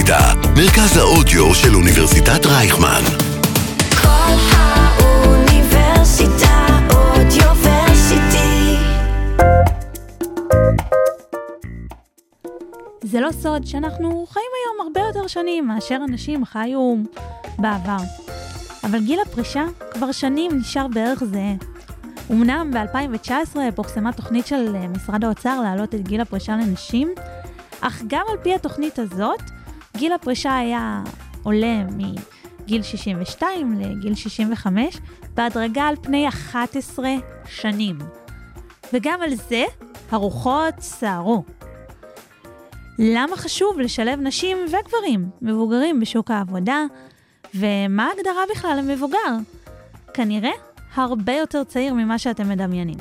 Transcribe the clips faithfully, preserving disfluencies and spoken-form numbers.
האוניברסיטה, מרכז האודיו של אוניברסיטת רייכמן. כל האוניברסיטה אודיוורסיטי. זה לא סוד שאנחנו חיים היום הרבה יותר שנים מאשר אנשים חיו בעבר. אבל גיל הפרישה כבר שנים נשאר בערך זהה. אמנם ב-אלפיים תשע עשרה פורסמה תוכנית של משרד האוצר להעלות את גיל הפרישה לנשים, אך גם על פי התוכנית הזאת, גיל הפרישה היה עולה מגיל שישים ושתיים לגיל שישים וחמש, בהדרגה על פני אחת עשרה שנים. וגם על זה הרוחות סערו. למה חשוב לשלב נשים וגברים מבוגרים בשוק העבודה? ומה ההגדרה בכלל למבוגר? כנראה הרבה יותר צעיר ממה שאתם מדמיינים.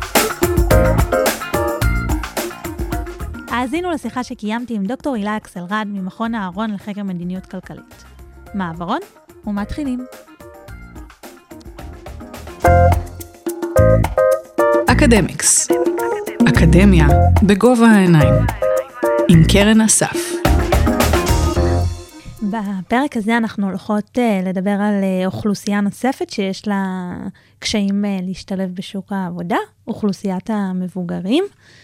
האזינו לשיחה שקיימתי עם דוקטור הילה אקסלרד ממכון הארון לחקר מדיניות כלכלית. מעברון ומתחילים. אקדמיקס. אקדמיה בגובה העיניים. עם קרן אסף. בפרק הזה אנחנו הולכות לדבר על אוכלוסייה נוספת שיש לה קשיים להשתלב בשוק העבודה, אוכלוסיית המבוגרים.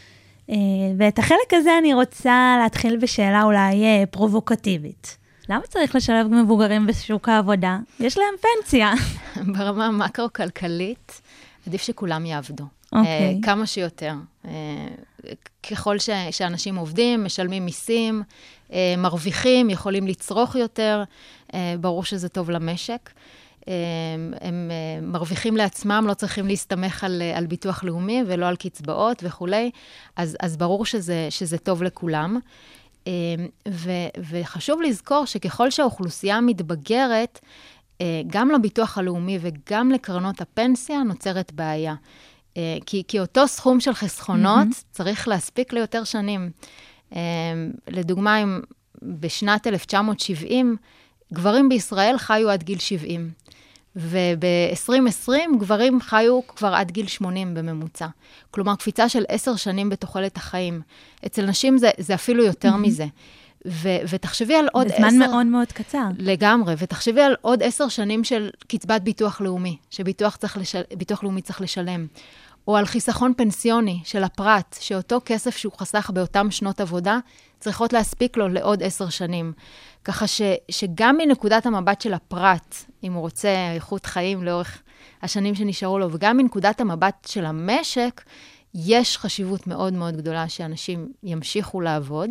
ואת החלק הזה אני רוצה להתחיל בשאלה אולי פרובוקטיבית. למה צריך לשלב מבוגרים בשוק העבודה? יש להם פנסיה. ברמה המקרו-כלכלית, עדיף שכולם יעבדו. אוקיי. כמה שיותר. ככל ש, שאנשים עובדים, משלמים מיסים, מרוויחים, יכולים לצרוך יותר, ברור שזה טוב למשק. הם מרוויחים לעצמם, לא צריכים להסתמך על, על ביטוח לאומי ולא על קצבאות וכו'. אז, אז ברור שזה, שזה טוב לכולם. ו, וחשוב לזכור שככל שהאוכלוסייה מתבגרת, גם לביטוח הלאומי וגם לקרנות הפנסיה נוצרת בעיה. כי, כי אותו סכום של חסכונות mm-hmm. צריך להספיק ליותר שנים. לדוגמה, אם בשנת אלף תשע מאות שבעים, גברים בישראל חיו עד גיל שבעים. וב-עשרים עשרים גברים חיו כבר עד גיל שמונים בממוצע. כלומר, קפיצה של עשר שנים בתוחלת החיים. אצל נשים זה, זה אפילו יותר mm-hmm. מזה. ו- ותחשבי על עוד עשר... בזמן מאוד מאוד קצר. לגמרי, ותחשבי על עוד עשר שנים של קצבת ביטוח לאומי, שביטוח צריך לשל... ביטוח לאומי צריך לשלם. או על חיסכון פנסיוני של הפרט, שאותו כסף שהוא חסך באותם שנות עבודה, צריכות להספיק לו לעוד עשר שנים. ככה ש, שגם מנקודת המבט של הפרט, אם הוא רוצה איכות חיים לאורך השנים שנשארו לו, וגם מנקודת המבט של המשק, יש חשיבות מאוד מאוד גדולה שאנשים ימשיכו לעבוד,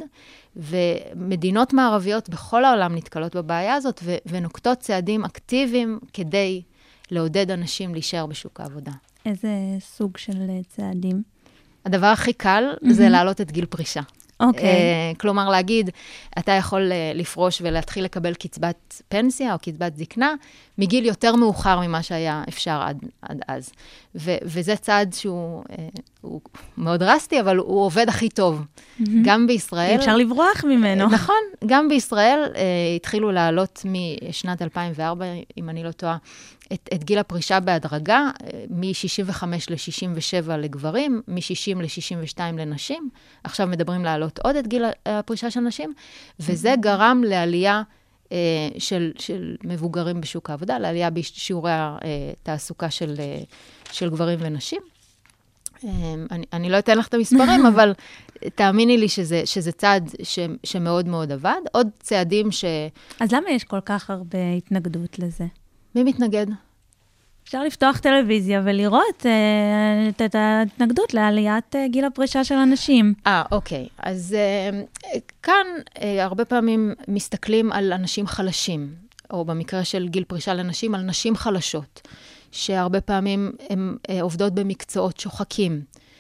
ומדינות מערביות בכל העולם נתקלות בבעיה הזאת, ו, ונוקטות צעדים אקטיביים כדי לעודד אנשים להישאר בשוק העבודה. איזה סוג של צעדים? הדבר הכי קל mm-hmm. זה להעלות את גיל פרישה. אוקיי. Uh, כלומר, להגיד, אתה יכול uh, לפרוש ולהתחיל לקבל קצבת פנסיה או קצבת זקנה, מגיל יותר מאוחר ממה שהיה אפשר עד, עד אז. ו- וזה צעד שהוא uh, הוא מאוד דרסטי, אבל הוא עובד הכי טוב. Mm-hmm. גם בישראל... אפשר לברוח ממנו. נכון, גם בישראל uh, התחילו לעלות משנת אלפיים וארבע, אם אני לא טועה, את, את גיל הפרישה בהדרגה, מ-שישים וחמש ל-שישים ושבע לגברים, מ-שישים ל-שישים ושתיים לנשים. עכשיו מדברים להעלות עוד את גיל הפרישה של נשים, וזה mm-hmm. גרם לעלייה אה, של, של מבוגרים בשוק העבודה, לעלייה בשיעורי התעסוקה של, אה, של גברים ונשים. אה, אני, אני לא אתן לך את המספרים, אבל תאמיני לי שזה, שזה צעד ש, שמאוד מאוד עבד. עוד צעדים ש... אז למה יש כל כך הרבה התנגדות לזה? מי מתנגד? אפשר לפתוח טלוויזיה ולראות אה, את ההתנגדות לעליית אה, גיל הפרישה של אנשים. אה, אוקיי. אז אה, כאן אה, הרבה פעמים מסתכלים על אנשים חלשים, או במקרה של גיל פרישה לנשים, על נשים חלשות, שהרבה פעמים הן אה, עובדות במקצועות שוחקים,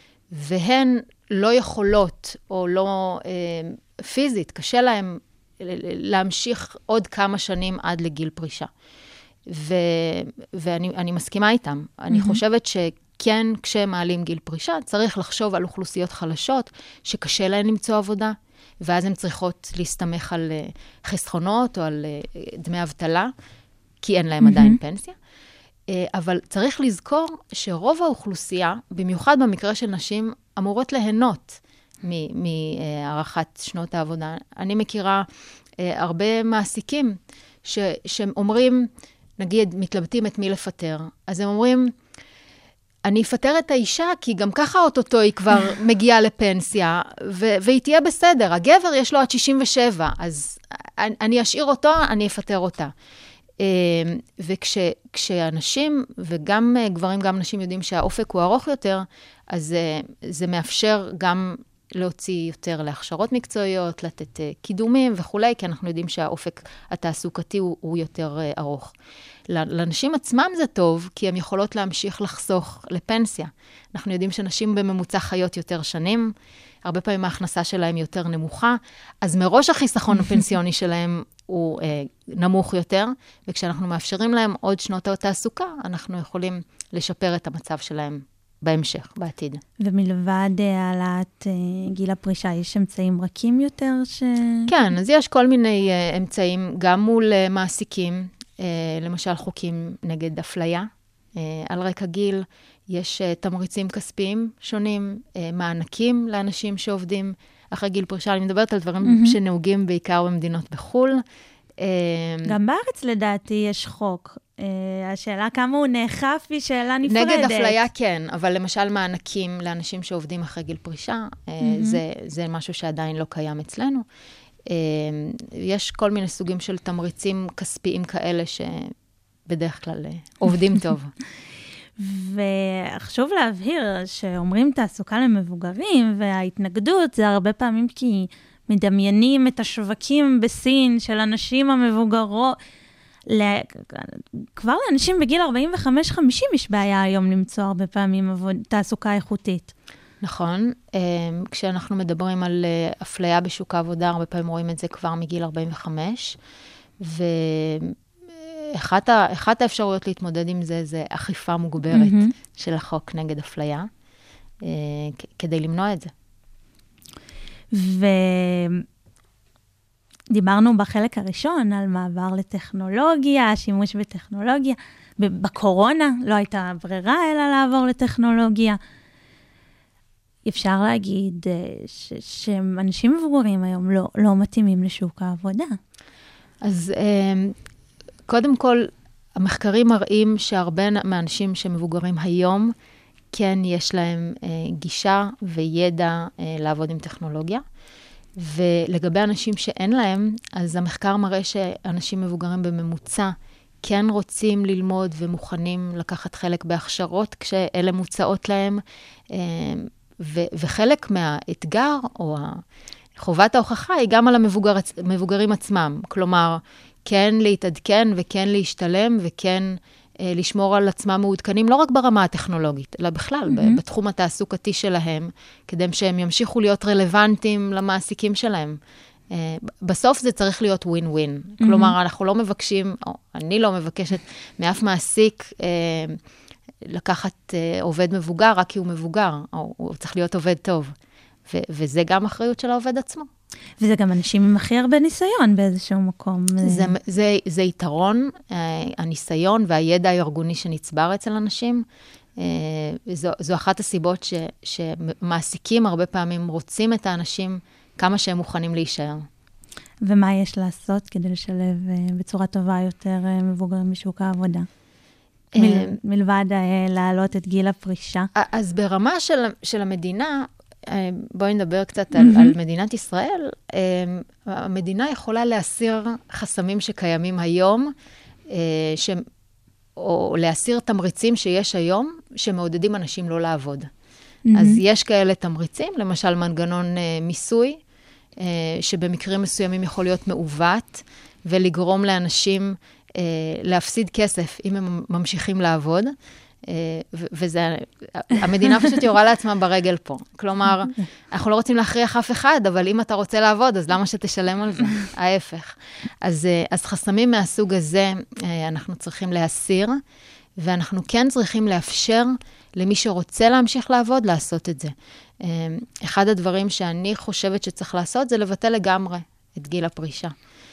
והן לא יכולות, או לא אה, פיזית, קשה להן להמשיך עוד כמה שנים עד לגיל פרישה. ו, ואני אני מסכימה איתם. אני mm-hmm. חושבת שכן, כשמעלים גיל פרישה, צריך לחשוב על אוכלוסיות חלשות, שקשה להן למצוא עבודה, ואז הן צריכות להסתמך על uh, חסכונות, או על uh, דמי אבטלה, כי אין להם mm-hmm. עדיין פנסיה. Uh, אבל צריך לזכור שרוב האוכלוסייה, במיוחד במקרה של נשים, אמורות ליהנות מהערכת שנות העבודה. אני מכירה הרבה מעסיקים ש, שאומרים, נגיד, מתלבטים את מי לפטר, אז הם אומרים, אני אפטר את האישה, כי גם ככה אוטוטו היא כבר מגיעה לפנסיה, ו- והיא תהיה בסדר. הגבר יש לו עד שישים ושבע, אז אני אשאיר אותו, אני אפטר אותה. וכשאנשים, וגם גברים, גם נשים יודעים שהאופק הוא ארוך יותר, אז זה מאפשר גם להוציא יותר להכשרות מקצועיות, לתת קידומים וכולי, כי אנחנו יודעים שהאופק התעסוקתי הוא, הוא יותר ארוך. לנשים עצמם זה טוב, כי הן יכולות להמשיך לחסוך לפנסיה. אנחנו יודעים שנשים בממוצע חיות יותר שנים, הרבה פעמים ההכנסה שלהם יותר נמוכה, אז מראש החיסכון הפנסיוני שלהם הוא אה, נמוך יותר, וכשאנחנו מאפשרים להם עוד שנות התעסוקה, אנחנו יכולים לשפר את המצב שלהם בהמשך, בעתיד. ומלבד העלאת uh, גיל הפרישה, יש אמצעים רכים יותר ש... כן, אז יש כל מיני uh, אמצעים, גם מול uh, מעסיקים, uh, למשל חוקים נגד אפליה, uh, על רקע גיל, יש uh, תמריצים כספיים שונים, uh, מענקים לאנשים שעובדים אחרי גיל פרישה, אני מדברת על דברים mm-hmm. שנהוגים בעיקר במדינות בחול. Uh, גם בארץ לדעתי יש חוק. Uh, השאלה כמה הוא נאכף היא שאלה נפרדת. נגד אפליה כן, אבל למשל מענקים לאנשים שעובדים אחרי גיל פרישה, mm-hmm. זה, זה משהו שעדיין לא קיים אצלנו. Uh, יש כל מיני סוגים של תמריצים כספיים כאלה שבדרך כלל uh, עובדים טוב. וחשוב להבהיר שאומרים תעסוקה למבוגרים, וההתנגדות זה הרבה פעמים כי מדמיינים את השווקים בסין של אנשים המבוגרות, כבר לאנשים בגיל ארבעים וחמש חמישים יש בעיה היום למצוא הרבה פעמים עבוד, תעסוקה איכותית. נכון. כשאנחנו מדברים על אפליה בשוק העבודה, הרבה פעמים רואים את זה כבר מגיל ארבעים וחמש, ואחת אחת האפשרויות להתמודד עם זה, זה אכיפה מוגברת mm-hmm. של החוק נגד אפליה, כדי למנוע את זה. ו... דיברנו בחלק הראשון על מעבר לטכנולוגיה, שימוש בטכנולוגיה. בקורונה לא הייתה ברירה אלא לעבור לטכנולוגיה. אפשר להגיד ש- שאנשים מבוגרים היום לא, לא מתאימים לשוק העבודה. אז קודם כל, המחקרים מראים שהרבה מהאנשים שמבוגרים היום, כן יש להם גישה וידע לעבוד עם טכנולוגיה. ולגבי אנשים שאין להם, אז המחקר מראה שאנשים מבוגרים בממוצע כן רוצים ללמוד ומוכנים לקחת חלק בהכשרות כשאלה מוצאות להם, ו- וחלק מהאתגר או חובת ההוכחה היא גם על המבוגר, המבוגרים עצמם. כלומר, כן להתעדכן וכן להשתלם וכן לשמור על עצמם מעודכנים, לא רק ברמה הטכנולוגית, אלא בכלל, mm-hmm. בתחום התעסוקתי שלהם, כדי שהם ימשיכו להיות רלוונטיים למעסיקים שלהם. בסוף זה צריך להיות ווין-ווין. Mm-hmm. כלומר, אנחנו לא מבקשים, או אני לא מבקשת מאף מעסיק לקחת עובד מבוגר, רק כי הוא מבוגר, או הוא צריך להיות עובד טוב. ו- וזה גם אחריות של העובד עצמו. וזה גם אנשים עם הכי הרבה ניסיון באיזשהו מקום. זה, זה, זה יתרון, הניסיון והידע הארגוני שנצבר אצל אנשים. זו, זו אחת הסיבות ש, שמעסיקים הרבה פעמים רוצים את האנשים כמה שהם מוכנים להישאר. ומה יש לעשות כדי לשלב בצורה טובה יותר מבוגרים בשוק העבודה? מל, מלבד להעלות את גיל הפרישה. אז ברמה של, של המדינה, בואי נדבר קצת על, על מדינת ישראל. המדינה יכולה להסיר חסמים שקיימים היום, ש... או להסיר תמריצים שיש היום, שמעודדים אנשים לא לעבוד. Mm-hmm. אז יש כאלה תמריצים, למשל מנגנון מיסוי, שבמקרים מסוימים יכול להיות מעוות, ולגרום לאנשים להפסיד כסף אם הם ממשיכים לעבוד. וזה, המדינה פשוט יורה לעצמה ברגל פה. כלומר, אנחנו לא רוצים להכריח אף אחד, אבל אם אתה רוצה לעבוד, אז למה שתשלם על זה? ההפך. אז, אז חסמים מהסוג הזה אנחנו צריכים להסיר, ואנחנו כן צריכים לאפשר למי שרוצה להמשיך לעבוד, לעשות את זה. אחד הדברים שאני חושבת שצריך לעשות, זה לבטל לגמרי את גיל הפרישה.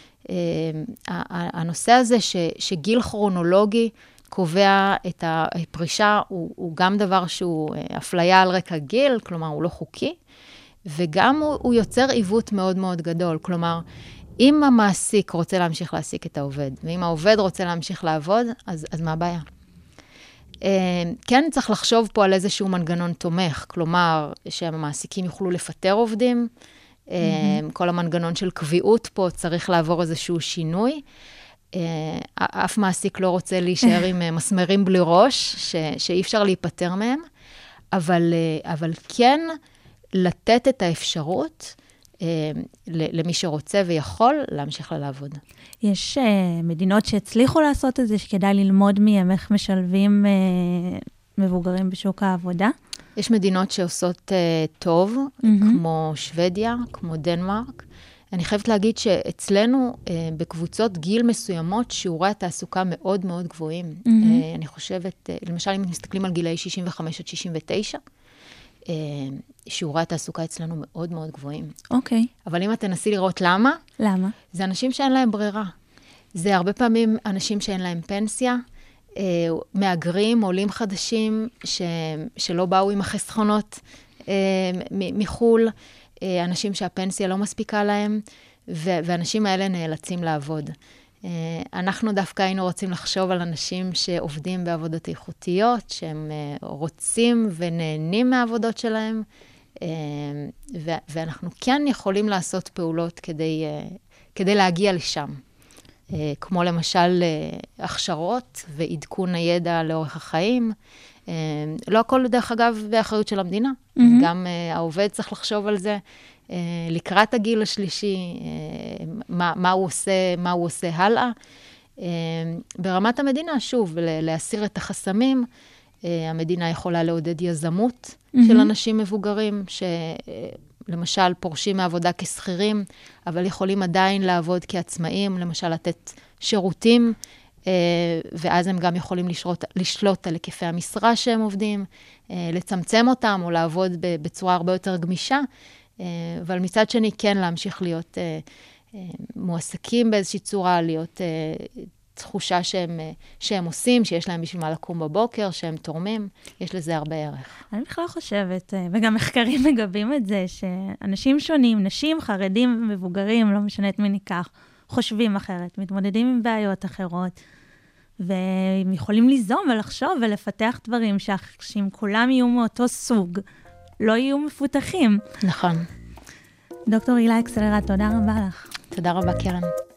הנושא הזה ש, שגיל כרונולוגי, קובע את הפרישה, הוא, הוא גם דבר שהוא אפליה על רקע גיל, כלומר הוא לא חוקי, וגם הוא, הוא יוצר עיוות מאוד מאוד גדול. כלומר, אם המעסיק רוצה להמשיך להעסיק את העובד, ואם העובד רוצה להמשיך לעבוד, אז, אז מה הבעיה? כן צריך לחשוב פה על איזשהו מנגנון תומך, כלומר, שהמעסיקים יוכלו לפטר עובדים, mm-hmm. כל המנגנון של קביעות פה צריך לעבור איזשהו שינוי, אף מעסיק לא רוצה להישאר עם מסמרים בלי ראש, ש, שאי אפשר להיפטר מהם, אבל, אבל כן לתת את האפשרות למי שרוצה ויכול להמשיך לעבוד. יש מדינות שהצליחו לעשות את זה, שכדאי ללמוד מהם איך משלבים מבוגרים בשוק העבודה? יש מדינות שעושות טוב, mm-hmm. כמו שוודיה, כמו דנמרק. אני חייבת להגיד שאצלנו, בקבוצות גיל מסוימות, שיעורי התעסוקה מאוד מאוד גבוהים. Mm-hmm. אני חושבת, למשל, אם מסתכלים על גילאי שישים וחמש עד שישים ותשע, שיעורי התעסוקה אצלנו מאוד מאוד גבוהים. אוקיי. אבל אם את תנסי לראות למה, למה? זה אנשים שאין להם ברירה. זה הרבה פעמים אנשים שאין להם פנסיה, מאגרים, עולים חדשים, ש, שלא באו עם החסכונות מחול, אנשים שהפנסיה לא מספיקה להם, ו, ואנשים האלה נאלצים לעבוד. אנחנו דווקא היינו רוצים לחשוב על אנשים שעובדים בעבודות איכותיות, שהם רוצים ונהנים מהעבודות שלהם, ואנחנו כן יכולים לעשות פעולות כדי, כדי להגיע לשם. כמו למשל הכשרות ועדכון הידע לאורך החיים. לא הכל דרך אגב באחריות של המדינה. Mm-hmm. גם העובד צריך לחשוב על זה. לקראת הגיל השלישי, מה, מה הוא עושה, מה הוא עושה הלאה. ברמת המדינה, שוב, להסיר את החסמים, המדינה יכולה לעודד יזמות mm-hmm. של אנשים מבוגרים, שלמשל פורשים מעבודה כסחירים, אבל יכולים עדיין לעבוד כעצמאים, למשל לתת שירותים, ואז הם גם יכולים לשלוט, לשלוט על היקפי המשרה שהם עובדים, לצמצם אותם או לעבוד בצורה הרבה יותר גמישה, אבל מצד שני כן להמשיך להיות מועסקים באיזושהי צורה, להיות תחושה שהם, שהם עושים, שיש להם בשביל מה לקום בבוקר, שהם תורמים, יש לזה הרבה ערך. אני בכלל חושבת, וגם מחקרים מגבים את זה, שאנשים שונים, נשים, חרדים ומבוגרים, לא משנה את מי ניקח, חושבים אחרת, מתמודדים עם בעיות אחרות, והם יכולים ליזום ולחשוב ולפתח דברים שאם כולם יהיו מאותו סוג, לא יהיו מפותחים. נכון. דוקטור הילה אקסלרט, תודה רבה לך. תודה רבה, קרן.